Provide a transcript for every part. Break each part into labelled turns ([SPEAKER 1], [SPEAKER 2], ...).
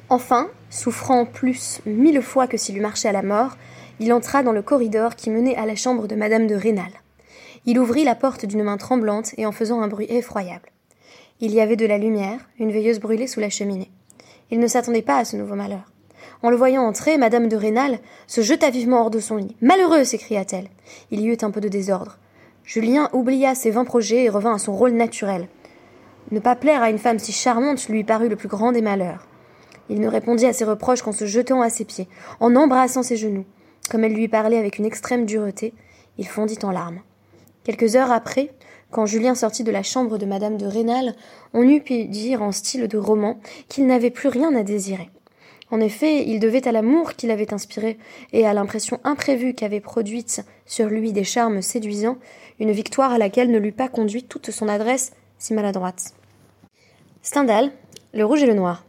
[SPEAKER 1] Enfin, souffrant plus 1000 fois que s'il eût marché à la mort, il entra dans le corridor qui menait à la chambre de Madame de Rênal. Il ouvrit la porte d'une main tremblante et en faisant un bruit effroyable. Il y avait de la lumière, une veilleuse brûlait sous la cheminée. Il ne s'attendait pas à ce nouveau malheur. En le voyant entrer, Madame de Rênal se jeta vivement hors de son lit. « Malheureux !» s'écria-t-elle. Il y eut un peu de désordre. Julien oublia ses vains projets et revint à son rôle naturel. Ne pas plaire à une femme si charmante lui parut le plus grand des malheurs. Il ne répondit à ses reproches qu'en se jetant à ses pieds, en embrassant ses genoux. Comme elle lui parlait avec une extrême dureté, il fondit en larmes. Quelques heures après, quand Julien sortit de la chambre de Madame de Rênal, on eût pu dire en style de roman qu'il n'avait plus rien à désirer. En effet, il devait à l'amour qui l'avait inspiré et à l'impression imprévue qu'avait produite sur lui des charmes séduisants, une victoire à laquelle ne l'eût pas conduit toute son adresse si maladroite. Stendhal, Le Rouge et le Noir.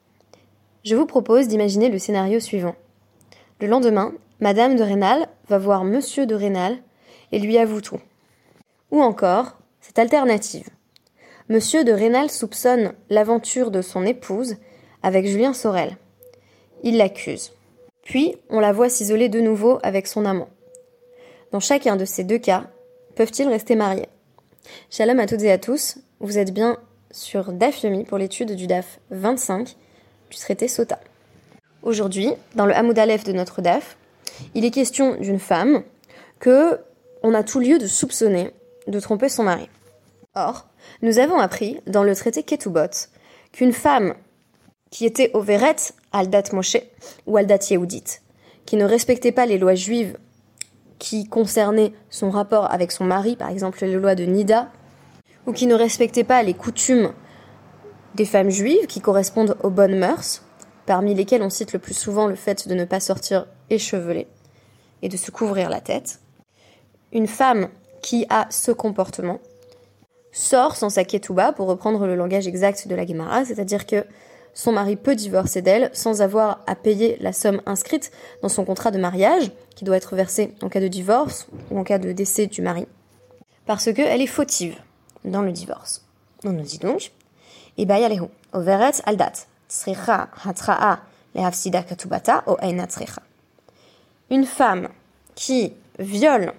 [SPEAKER 1] Je vous propose d'imaginer le scénario suivant. Le lendemain, Madame de Rênal va voir Monsieur de Rênal et lui avoue tout. Ou encore, cette alternative. Monsieur de Rênal soupçonne l'aventure de son épouse avec Julien Sorel. Il l'accuse. Puis, on la voit s'isoler de nouveau avec son amant. Dans chacun de ces deux cas, peuvent-ils rester mariés? Shalom à toutes et à tous, vous êtes bien sur DAF Yomi pour l'étude du DAF 25 du traité Sota. Aujourd'hui, dans le Hamoud Aleph de notre DAF, il est question d'une femme que on a tout lieu de soupçonner de tromper son mari. Or, nous avons appris dans le traité Ketubot qu'une femme qui était Overet Aldat Moshe ou Aldat Yehudit, qui ne respectait pas les lois juives qui concernaient son rapport avec son mari, par exemple les lois de Nida, ou qui ne respectait pas les coutumes des femmes juives qui correspondent aux bonnes mœurs, parmi lesquelles on cite le plus souvent le fait de ne pas sortir échevelée et de se couvrir la tête. Une femme qui a ce comportement sort sans sa ketouba, pour reprendre le langage exact de la Gemara, c'est-à-dire que son mari peut divorcer d'elle sans avoir à payer la somme inscrite dans son contrat de mariage, qui doit être versée en cas de divorce ou en cas de décès du mari, parce qu'elle est fautive dans le divorce. On nous dit donc, Ibayalehu, Overet Aldat, Tsricha Hatra'a, Lehafsida Katubata, O Eina Tsricha. Une femme qui viole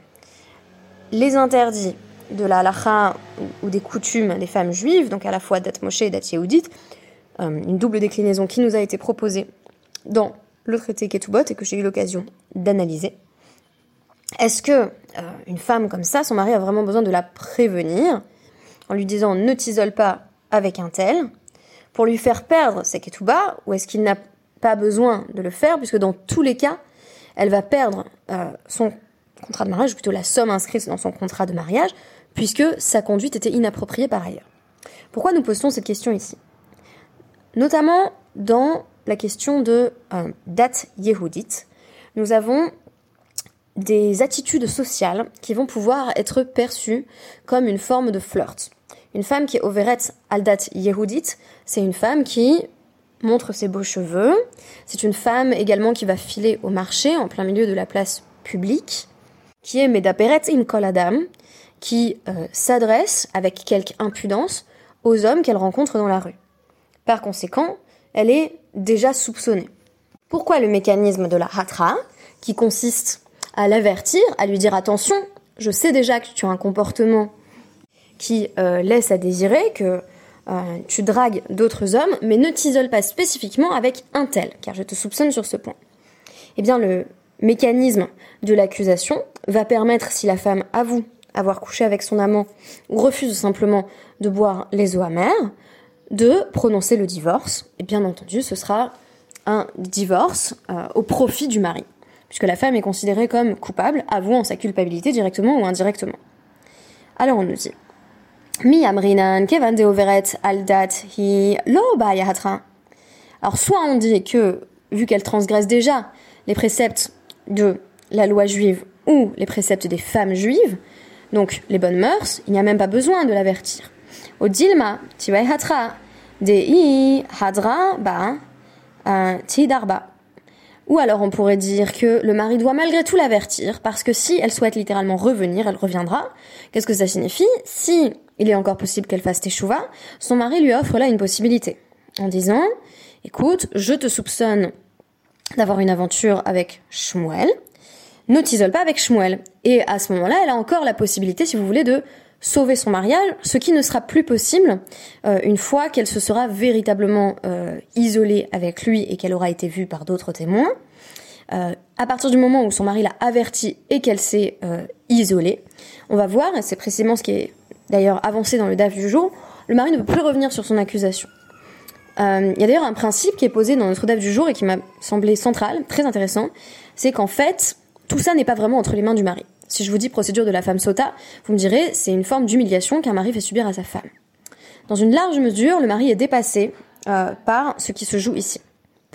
[SPEAKER 1] les interdits de la halacha ou des coutumes des femmes juives, donc à la fois Dat Moshe et Dat Yehudit, une double déclinaison qui nous a été proposée dans le traité Ketubot et que j'ai eu l'occasion d'analyser. Est-ce que une femme comme ça, son mari a vraiment besoin de la prévenir en lui disant ne t'isole pas avec un tel pour lui faire perdre sa Ketubah, ou est-ce qu'il n'a pas besoin de le faire puisque dans tous les cas elle va perdre son contrat de mariage, ou plutôt la somme inscrite dans son contrat de mariage, puisque sa conduite était inappropriée par ailleurs. Pourquoi nous posons cette question ici? Notamment dans la question de Dat Yehudit, nous avons des attitudes sociales qui vont pouvoir être perçues comme une forme de flirt. Une femme qui est Overet Aldat Yehudit, c'est une femme qui montre ses beaux cheveux, c'est une femme également qui va filer au marché en plein milieu de la place publique, qui est Medaperet im Kol Adam, qui s'adresse avec quelque impudence aux hommes qu'elle rencontre dans la rue. Par conséquent, elle est déjà soupçonnée. Pourquoi le mécanisme de la hatra, qui consiste à l'avertir, à lui dire attention, je sais déjà que tu as un comportement qui laisse à désirer, que tu dragues d'autres hommes, mais ne t'isole pas spécifiquement avec un tel, car je te soupçonne sur ce point. Eh bien, le mécanisme de l'accusation va permettre, si la femme avoue avoir couché avec son amant ou refuse simplement de boire les eaux amères, de prononcer le divorce. Et bien entendu, ce sera un divorce au profit du mari, puisque la femme est considérée comme coupable, avouant sa culpabilité directement ou indirectement. Alors on nous dit Mi amrinan kevan de overet aldat hi lo bayahatra. Alors soit on dit que, vu qu'elle transgresse déjà les préceptes de la loi juive ou les préceptes des femmes juives, donc les bonnes mœurs, il n'y a même pas besoin de l'avertir. Au dilma, tiwai hatra, dei hadra ba, tidarba. Ou alors on pourrait dire que le mari doit malgré tout l'avertir, parce que si elle souhaite littéralement revenir, elle reviendra. Qu'est-ce que ça signifie? Si il est encore possible qu'elle fasse teshuva, son mari lui offre là une possibilité, en disant écoute, je te soupçonne d'avoir une aventure avec Shmuel, ne t'isole pas avec Shmuel. Et à ce moment-là, elle a encore la possibilité, si vous voulez, de sauver son mariage, ce qui ne sera plus possible une fois qu'elle se sera véritablement isolée avec lui et qu'elle aura été vue par d'autres témoins. À partir du moment où son mari l'a avertie et qu'elle s'est isolée, on va voir, et c'est précisément ce qui est d'ailleurs avancé dans le DAF du jour, le mari ne peut plus revenir sur son accusation. Il y a d'ailleurs un principe qui est posé dans notre DAF du jour et qui m'a semblé central, très intéressant, c'est qu'en fait, tout ça n'est pas vraiment entre les mains du mari. Si je vous dis procédure de la femme sota, vous me direz, c'est une forme d'humiliation qu'un mari fait subir à sa femme. Dans une large mesure, le mari est dépassé par ce qui se joue ici. Pourquoi ?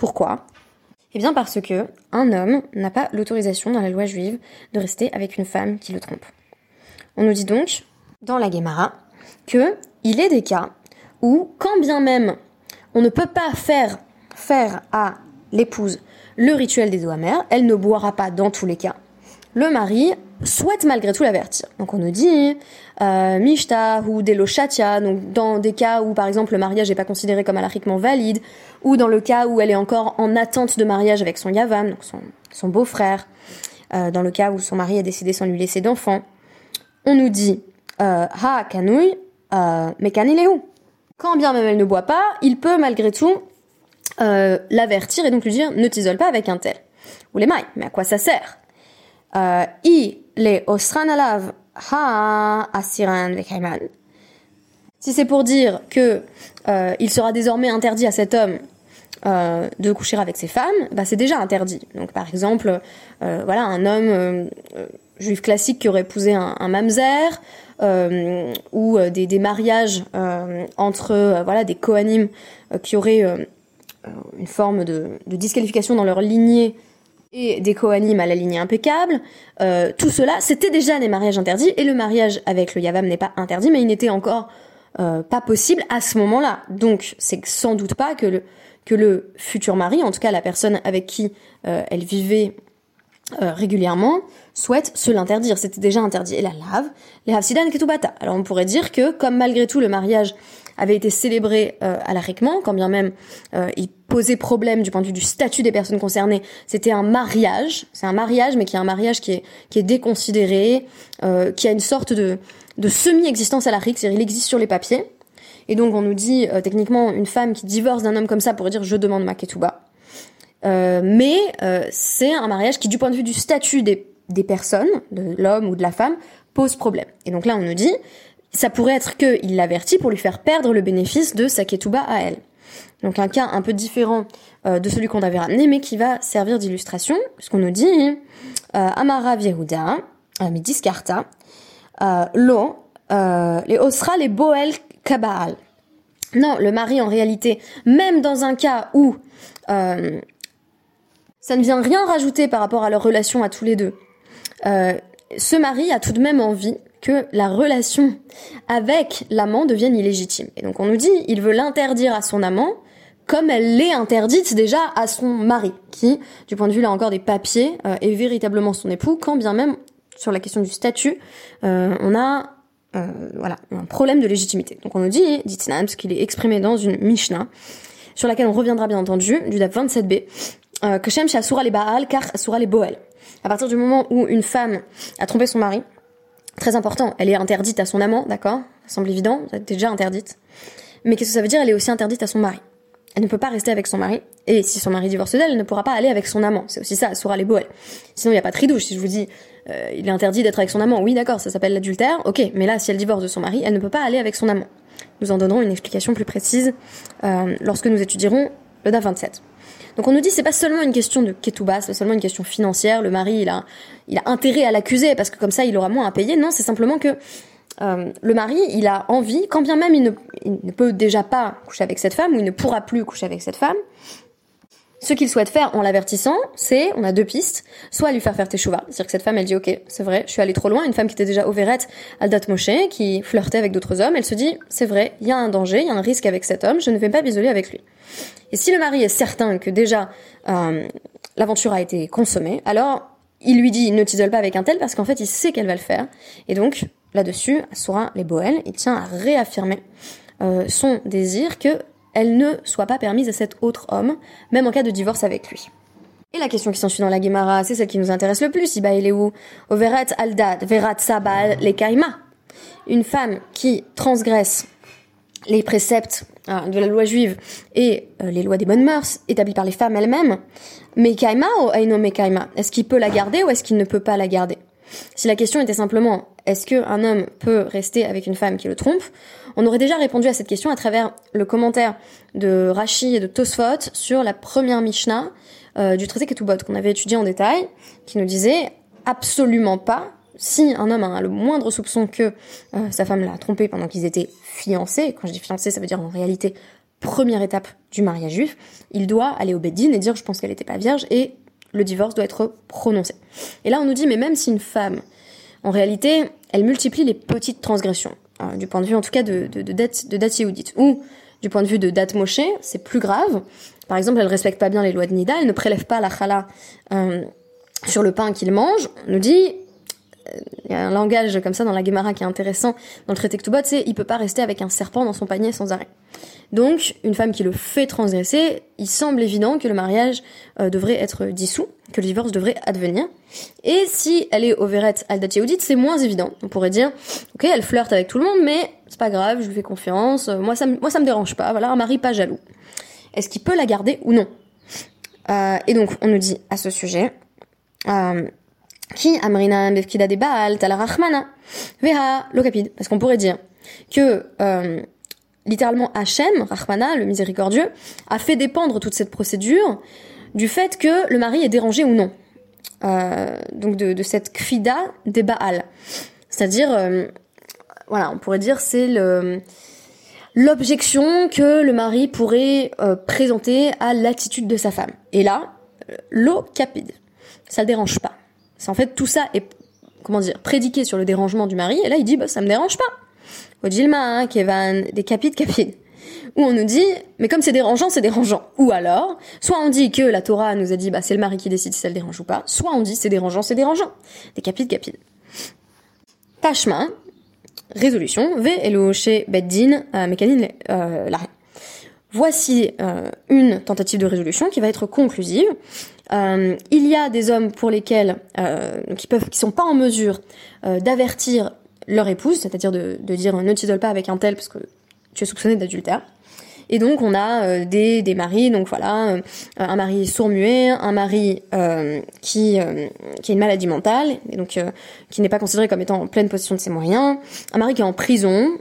[SPEAKER 1] Eh bien parce que un homme n'a pas l'autorisation dans la loi juive de rester avec une femme qui le trompe. On nous dit donc, dans la Guémara, que il est des cas où, quand bien même on ne peut pas faire à l'épouse le rituel des eaux amères, elle ne boira pas dans tous les cas. Le mari souhaite malgré tout l'avertir. Donc on nous dit mishta ou deloshatia, donc dans des cas où par exemple le mariage n'est pas considéré comme halachiquement valide, ou dans le cas où elle est encore en attente de mariage avec son yavam, donc son beau-frère, dans le cas où son mari a décidé sans lui laisser d'enfant, on nous dit ha kanui mekanileu. Quand bien même elle ne boit pas, il peut malgré tout l'avertir et donc lui dire ne t'isole pas avec un tel. Ou les mailles, mais à quoi ça sert? I les osran alav ha asiran vekaiman. Si c'est pour dire que il sera désormais interdit à cet homme de coucher avec ses femmes, bah c'est déjà interdit. Donc par exemple, voilà un homme juif classique qui aurait épousé un mamzer, ou des mariages entre voilà des kohanim qui auraient une forme de disqualification dans leur lignée et des kohanim à la lignée impeccable, tout cela c'était déjà des mariages interdits et le mariage avec le yavam n'est pas interdit mais il n'était encore pas possible à ce moment-là. Donc c'est sans doute pas que le futur mari, en tout cas la personne avec qui elle vivait régulièrement, souhaite se l'interdire. C'était déjà interdit. Et la lave, les hafsidan ketubata. Alors on pourrait dire que, comme malgré tout le mariage avait été célébré halachiquement, quand bien même il posait problème du point de vue du statut des personnes concernées, c'était un mariage. C'est un mariage, mais qui est un mariage qui est déconsidéré, qui a une sorte de semi-existence halachique, c'est-à-dire il existe sur les papiers. Et donc on nous dit, techniquement, une femme qui divorce d'un homme comme ça pourrait dire « je demande ma ketouba ». Mais c'est un mariage qui, du point de vue du statut des personnes, de l'homme ou de la femme, pose problème. Et donc là, on nous dit, ça pourrait être qu'il l'avertit pour lui faire perdre le bénéfice de sa ketouba à elle. Donc un cas un peu différent de celui qu'on avait ramené, mais qui va servir d'illustration, puisqu'on nous dit Amara Yehuda, Midiskarta, Lo, les Osra, les Boel Kabaal. Non, le mari, en réalité, même dans un cas où ça ne vient rien rajouter par rapport à leur relation à tous les deux, ce mari a tout de même envie que la relation avec l'amant devienne illégitime. Et donc on nous dit, il veut l'interdire à son amant, comme elle l'est interdite déjà à son mari, qui, du point de vue là encore des papiers, est véritablement son époux, quand bien même, sur la question du statut, on a voilà, un problème de légitimité. Donc on nous dit, Ditnan, parce qu'il est exprimé dans une Mishnah, sur laquelle on reviendra bien entendu, du DAF 27b, que Shem Shasura les Baal, car Asura les Boel. À partir du moment où une femme a trompé son mari, très important, elle est interdite à son amant, d'accord? Ça semble évident, elle est déjà interdite. Mais qu'est-ce que ça veut dire? Elle est aussi interdite à son mari. Elle ne peut pas rester avec son mari, et si son mari divorce d'elle, elle ne pourra pas aller avec son amant. C'est aussi ça, Asura les Boel. Sinon, il n'y a pas de tridouche. Si je vous dis, il est interdit d'être avec son amant, oui, d'accord, ça s'appelle l'adultère, ok, mais là, si elle divorce de son mari, elle ne peut pas aller avec son amant. Nous en donnerons une explication plus précise lorsque nous étudierons le DAF 27. Donc on nous dit c'est pas seulement une question de ketouba, c'est pas seulement une question financière, le mari il a intérêt à l'accuser parce que comme ça il aura moins à payer, non, c'est simplement que le mari il a envie, quand bien même il ne peut déjà pas coucher avec cette femme ou il ne pourra plus coucher avec cette femme, ce qu'il souhaite faire en l'avertissant, c'est, on a deux pistes, soit lui faire teshuva, c'est-à-dire que cette femme elle dit ok, c'est vrai, je suis allée trop loin, une femme qui était déjà overette al dat Moshe, qui flirtait avec d'autres hommes, elle se dit c'est vrai, il y a un danger, il y a un risque avec cet homme, je ne vais pas m'isoler avec lui. Et si le mari est certain que déjà l'aventure a été consommée, alors il lui dit ne t'isole pas avec un tel parce qu'en fait il sait qu'elle va le faire. Et donc là-dessus, Asura les Boel, il tient à réaffirmer son désir que elle ne soit pas permise à cet autre homme, même en cas de divorce avec lui. Et la question qui s'ensuit dans la Gemara, c'est celle qui nous intéresse le plus. Iba Eleu, Overet Aldad, Verat Sabal, Lekaima. Une femme qui transgresse les préceptes de la loi juive et les lois des bonnes mœurs établies par les femmes elles-mêmes, Mekaima ou Aino Mekaima, est-ce qu'il peut la garder ou est-ce qu'il ne peut pas la garder? Si la question était simplement est-ce qu'un homme peut rester avec une femme qui le trompe, on aurait déjà répondu à cette question à travers le commentaire de Rashi et de Tosfot sur la première Mishnah du traité Ketubot qu'on avait étudié en détail, qui nous disait absolument pas, si un homme a le moindre soupçon que sa femme l'a trompé pendant qu'ils étaient fiancés, quand je dis fiancés, ça veut dire en réalité première étape du mariage juif, il doit aller au Beddin et dire je pense qu'elle n'était pas vierge et le divorce doit être prononcé. Et là on nous dit mais même si une femme, en réalité, elle multiplie les petites transgressions, du point de vue en tout cas de date yéhoudite, ou du point de vue de date Moshe, c'est plus grave. Par exemple, elle respecte pas bien les lois de Nida, elle ne prélève pas la challah sur le pain qu'il mange. On nous dit, il y a un langage comme ça dans la Gemara qui est intéressant dans le traité Ketubot, c'est il peut pas rester avec un serpent dans son panier sans arrêt. Donc, une femme qui le fait transgresser, il semble évident que le mariage devrait être dissous, que le divorce devrait advenir. Et si elle est overet al dat yehudit, c'est moins évident. On pourrait dire, ok, elle flirte avec tout le monde, mais c'est pas grave, je lui fais confiance, moi ça me dérange pas, voilà, un mari pas jaloux. Est-ce qu'il peut la garder ou non? Et donc, on nous dit à ce sujet, Ki amrina befkida de baal talarachmana veha lokapid, parce qu'on pourrait dire que littéralement Hachem, Rahmana, le miséricordieux, a fait dépendre toute cette procédure du fait que le mari est dérangé ou non. Donc de cette kfida des Baal. C'est-à-dire, voilà, on pourrait dire c'est l'objection que le mari pourrait présenter à l'attitude de sa femme. Et là, lo capide, ça le dérange pas. C'est en fait tout ça est, prédiqué sur le dérangement du mari, et là il dit ça me dérange pas. Odilma, Kevan, des capides. Où on nous dit, mais comme c'est dérangeant, c'est dérangeant. Ou alors, soit on dit que la Torah nous a dit, c'est le mari qui décide si ça le dérange ou pas, soit on dit c'est dérangeant, c'est dérangeant. Des capides. Tashma, résolution, ve elo chez Beddin, mécanin l'arrêt. Voici une tentative de résolution qui va être conclusive. Il y a des hommes pour lesquels, qui sont pas en mesure d'avertir leur épouse, c'est-à-dire de dire ne t'isole pas avec un tel parce que tu es soupçonné d'adultère. Et donc on a des maris, donc voilà, un mari sourd-muet, un mari qui a une maladie mentale, et donc qui n'est pas considéré comme étant en pleine possession de ses moyens, un mari qui est en prison,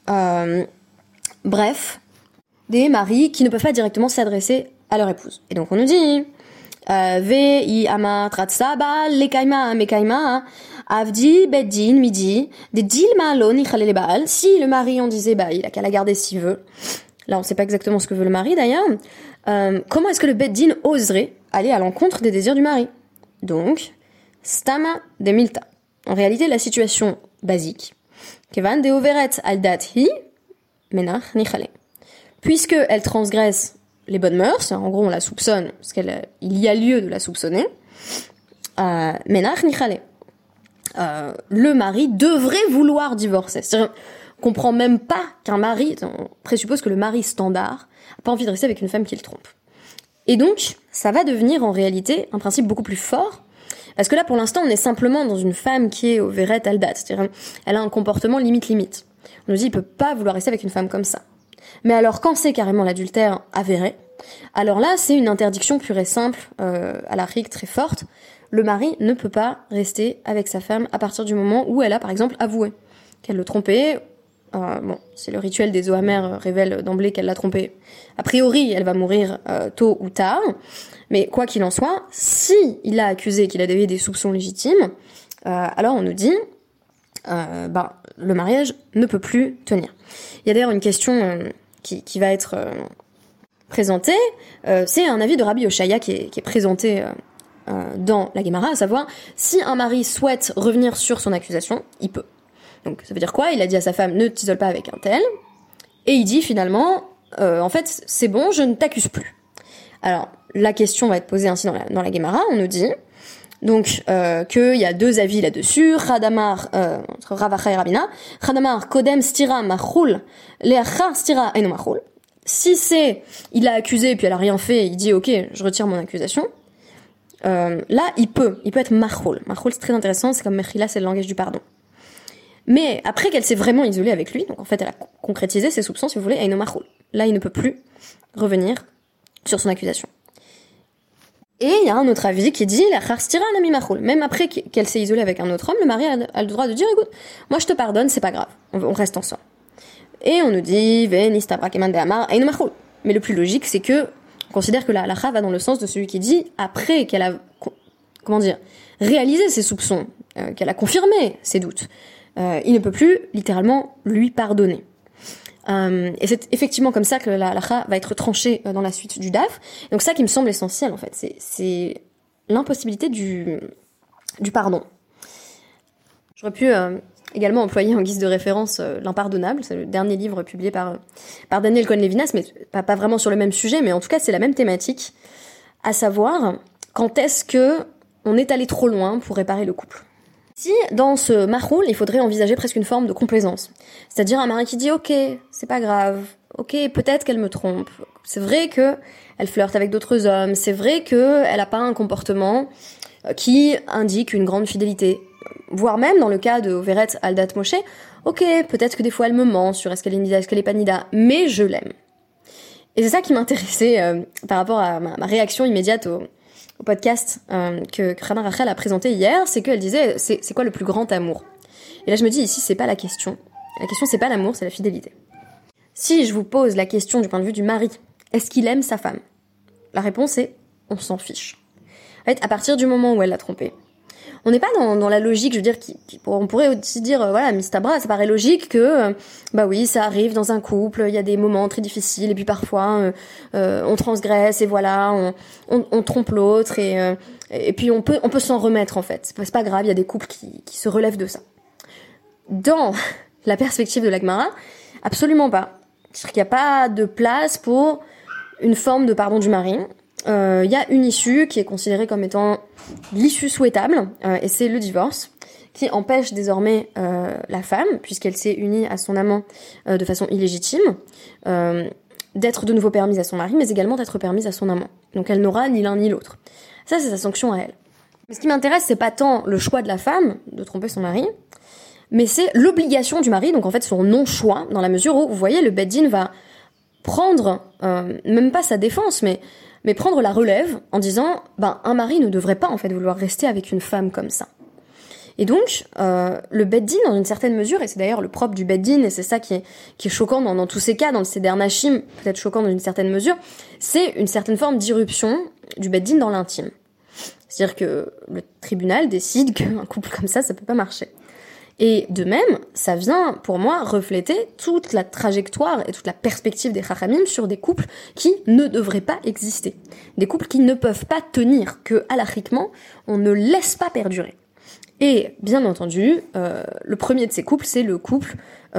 [SPEAKER 1] bref, des maris qui ne peuvent pas directement s'adresser à leur épouse. Et donc on nous dit Ve ama tratsaba lekaima mekaima avdi beddin midi de dilma lo nichalele baal. Si le mari on disait il a qu'à la garder s'il veut. Là on sait pas exactement ce que veut le mari d'ailleurs. Comment est-ce que le beddin oserait aller à l'encontre des désirs du mari? Donc stama de milta. En réalité la situation basique kevan de overet al dat hi menach nichale. Puisque elle transgresse les bonnes mœurs, en gros on la soupçonne, parce qu'il y a lieu de la soupçonner, menach nichale. Le mari devrait vouloir divorcer. C'est-à-dire qu'on comprend même pas qu'un mari, on présuppose que le mari standard a pas envie de rester avec une femme qui le trompe. Et donc, ça va devenir en réalité un principe beaucoup plus fort, parce que là pour l'instant on est simplement dans une femme qui est au veret al dat, c'est-à-dire elle a un comportement limite. On nous dit il peut pas vouloir rester avec une femme comme ça. Mais alors quand c'est carrément l'adultère avéré, alors là c'est une interdiction pure et simple, à la règle très forte. Le mari ne peut pas rester avec sa femme à partir du moment où elle a par exemple avoué qu'elle le trompait. C'est le rituel des Zohamer révèle d'emblée qu'elle l'a trompé. A priori elle va mourir tôt ou tard, mais quoi qu'il en soit, si il l'a accusé qu'il a des soupçons légitimes, alors on nous dit le mariage ne peut plus tenir. Il y a d'ailleurs une question qui va être présentée, c'est un avis de Rabbi Oshaya qui est présenté dans la Gemara, à savoir, si un mari souhaite revenir sur son accusation, il peut. Donc ça veut dire quoi? Il a dit à sa femme, ne t'isole pas avec un tel, et il dit finalement, en fait, c'est bon, je ne t'accuse plus. Alors, la question va être posée ainsi dans la Gemara, on nous dit, donc qu'il y a deux avis là-dessus, Radamar, Ravacha et Rabina, Radamar, Kodem stira machul, leachar stira eno machul.
[SPEAKER 2] Si il l'a accusé puis elle a rien fait, il dit ok, je retire mon accusation. Là, il peut être machoul. Machoul, c'est très intéressant, c'est comme mechila, c'est le langage du pardon. Mais après qu'elle s'est vraiment isolée avec lui, donc en fait elle a concrétisé ses soupçons, si vous voulez, et machoul. Là, il ne peut plus revenir sur son accusation. Et il y a un autre avis qui dit la kharstira nami machoul. Même après qu'elle s'est isolée avec un autre homme, le mari a le droit de dire écoute, moi je te pardonne, c'est pas grave, on reste ensemble. Et on nous dit venistabra keman de amar et machoul. Mais le plus logique, c'est que on considère que la halakha va dans le sens de celui qui dit après qu'elle a réalisé ses soupçons, qu'elle a confirmé ses doutes, il ne peut plus littéralement lui pardonner. Et c'est effectivement comme ça que la halakha va être tranchée dans la suite du daf. Donc ça qui me semble essentiel en fait, c'est l'impossibilité du pardon. J'aurais pu également employer en guise de référence L'impardonnable, c'est le dernier livre publié par Daniel Cohn-Levinas, mais pas vraiment sur le même sujet, mais en tout cas c'est la même thématique, à savoir quand est-ce que on est allé trop loin pour réparer le couple. Si, dans ce machoul, il faudrait envisager presque une forme de complaisance. C'est-à-dire un mari qui dit « Ok, c'est pas grave. Ok, peut-être qu'elle me trompe. C'est vrai que elle flirte avec d'autres hommes. C'est vrai que elle a pas un comportement qui indique une grande fidélité. Voire même, dans le cas de Overet Aldat Moshe, ok, peut-être que des fois elle me ment sur est-ce qu'elle est nida, est-ce qu'elle est pas nida, mais je l'aime. » Et c'est ça qui m'intéressait par rapport à ma réaction immédiate au podcast que Hana Rachel a présenté hier, c'est qu'elle disait c'est quoi le plus grand amour. Et là je me dis ici c'est pas la question. La question c'est pas l'amour, c'est la fidélité. Si je vous pose la question du point de vue du mari, est-ce qu'il aime sa femme? La réponse est on s'en fiche. En fait, à partir du moment où elle l'a trompé, on n'est pas dans la logique, je veux dire, on pourrait aussi dire, voilà, mistabra, ça paraît logique que, bah oui, ça arrive dans un couple, il y a des moments très difficiles, et puis parfois, on transgresse, et voilà, on trompe l'autre, et puis on peut s'en remettre, en fait. C'est pas grave, il y a des couples qui se relèvent de ça. Dans la perspective de la Gemara, absolument pas. C'est-à-dire qu'il n'y a pas de place pour une forme de pardon du mari. Il y a une issue qui est considérée comme étant l'issue souhaitable, et c'est le divorce, qui empêche désormais la femme, puisqu'elle s'est unie à son amant de façon illégitime, d'être de nouveau permise à son mari, mais également d'être permise à son amant. Donc elle n'aura ni l'un ni l'autre. Ça, c'est sa sanction à elle. Mais ce qui m'intéresse, c'est pas tant le choix de la femme de tromper son mari, mais c'est l'obligation du mari, donc en fait son non-choix, dans la mesure où, vous voyez, le Beth Din va prendre, même pas sa défense, mais prendre la relève en disant un mari ne devrait pas en fait vouloir rester avec une femme comme ça. Et donc le Beth Din dans une certaine mesure, et c'est d'ailleurs le propre du Beth Din, et c'est ça qui est choquant dans tous ces cas, dans le Seder Nashim, peut-être choquant dans une certaine mesure, c'est une certaine forme d'irruption du Beth Din dans l'intime. C'est-à-dire que le tribunal décide qu'un couple comme ça peut pas marcher. Et de même, ça vient, pour moi, refléter toute la trajectoire et toute la perspective des Chachamim sur des couples qui ne devraient pas exister. Des couples qui ne peuvent pas tenir, que, halachiquement, on ne laisse pas perdurer. Et, bien entendu, le premier de ces couples, c'est le couple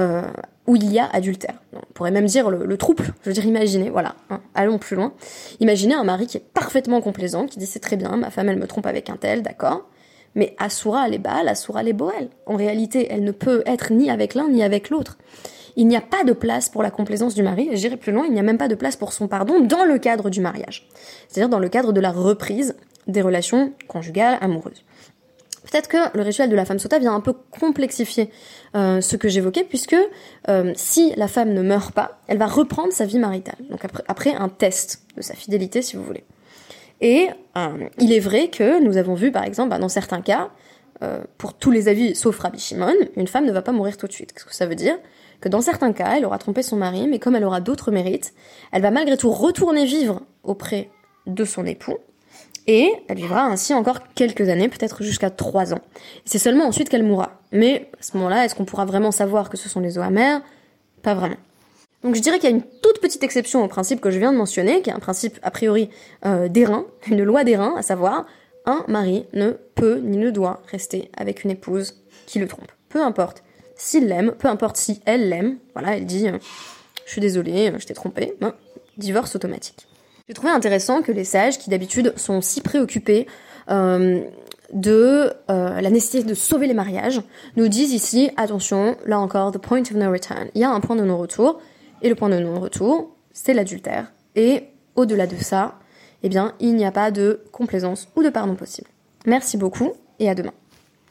[SPEAKER 2] où il y a adultère. On pourrait même dire le trouble. Je veux dire, imaginez, voilà, allons plus loin. Imaginez un mari qui est parfaitement complaisant, qui dit c'est très bien, ma femme elle me trompe avec un tel, d'accord. Mais Asura les Baal, Asura les Boel. En réalité, elle ne peut être ni avec l'un ni avec l'autre. Il n'y a pas de place pour la complaisance du mari, et j'irai plus loin, il n'y a même pas de place pour son pardon dans le cadre du mariage. C'est-à-dire dans le cadre de la reprise des relations conjugales amoureuses. Peut-être que le rituel de la femme sota vient un peu complexifier ce que j'évoquais, puisque si la femme ne meurt pas, elle va reprendre sa vie maritale. Donc après un test de sa fidélité, si vous voulez. Et il est vrai que nous avons vu, par exemple, dans certains cas, pour tous les avis sauf Rabbi Shimon, une femme ne va pas mourir tout de suite. Qu'est-ce que ça veut dire? Que dans certains cas, elle aura trompé son mari, mais comme elle aura d'autres mérites, elle va malgré tout retourner vivre auprès de son époux, et elle vivra ainsi encore quelques années, peut-être jusqu'à 3 ans. C'est seulement ensuite qu'elle mourra. Mais à ce moment-là, est-ce qu'on pourra vraiment savoir que ce sont les eaux amères? Pas vraiment. Donc je dirais qu'il y a une toute petite exception au principe que je viens de mentionner, qui est un principe a priori d'airain, une loi d'airain, à savoir un mari ne peut ni ne doit rester avec une épouse qui le trompe. Peu importe s'il l'aime, peu importe si elle l'aime, voilà, elle dit je suis désolée, je t'ai trompé, divorce automatique. J'ai trouvé intéressant que les sages, qui d'habitude sont si préoccupés de la nécessité de sauver les mariages, nous disent ici, attention, là encore, the point of no return. Il y a un point de non-retour, et le point de non-retour, c'est l'adultère. Et au-delà de ça, eh bien, il n'y a pas de complaisance ou de pardon possible. Merci beaucoup et à demain.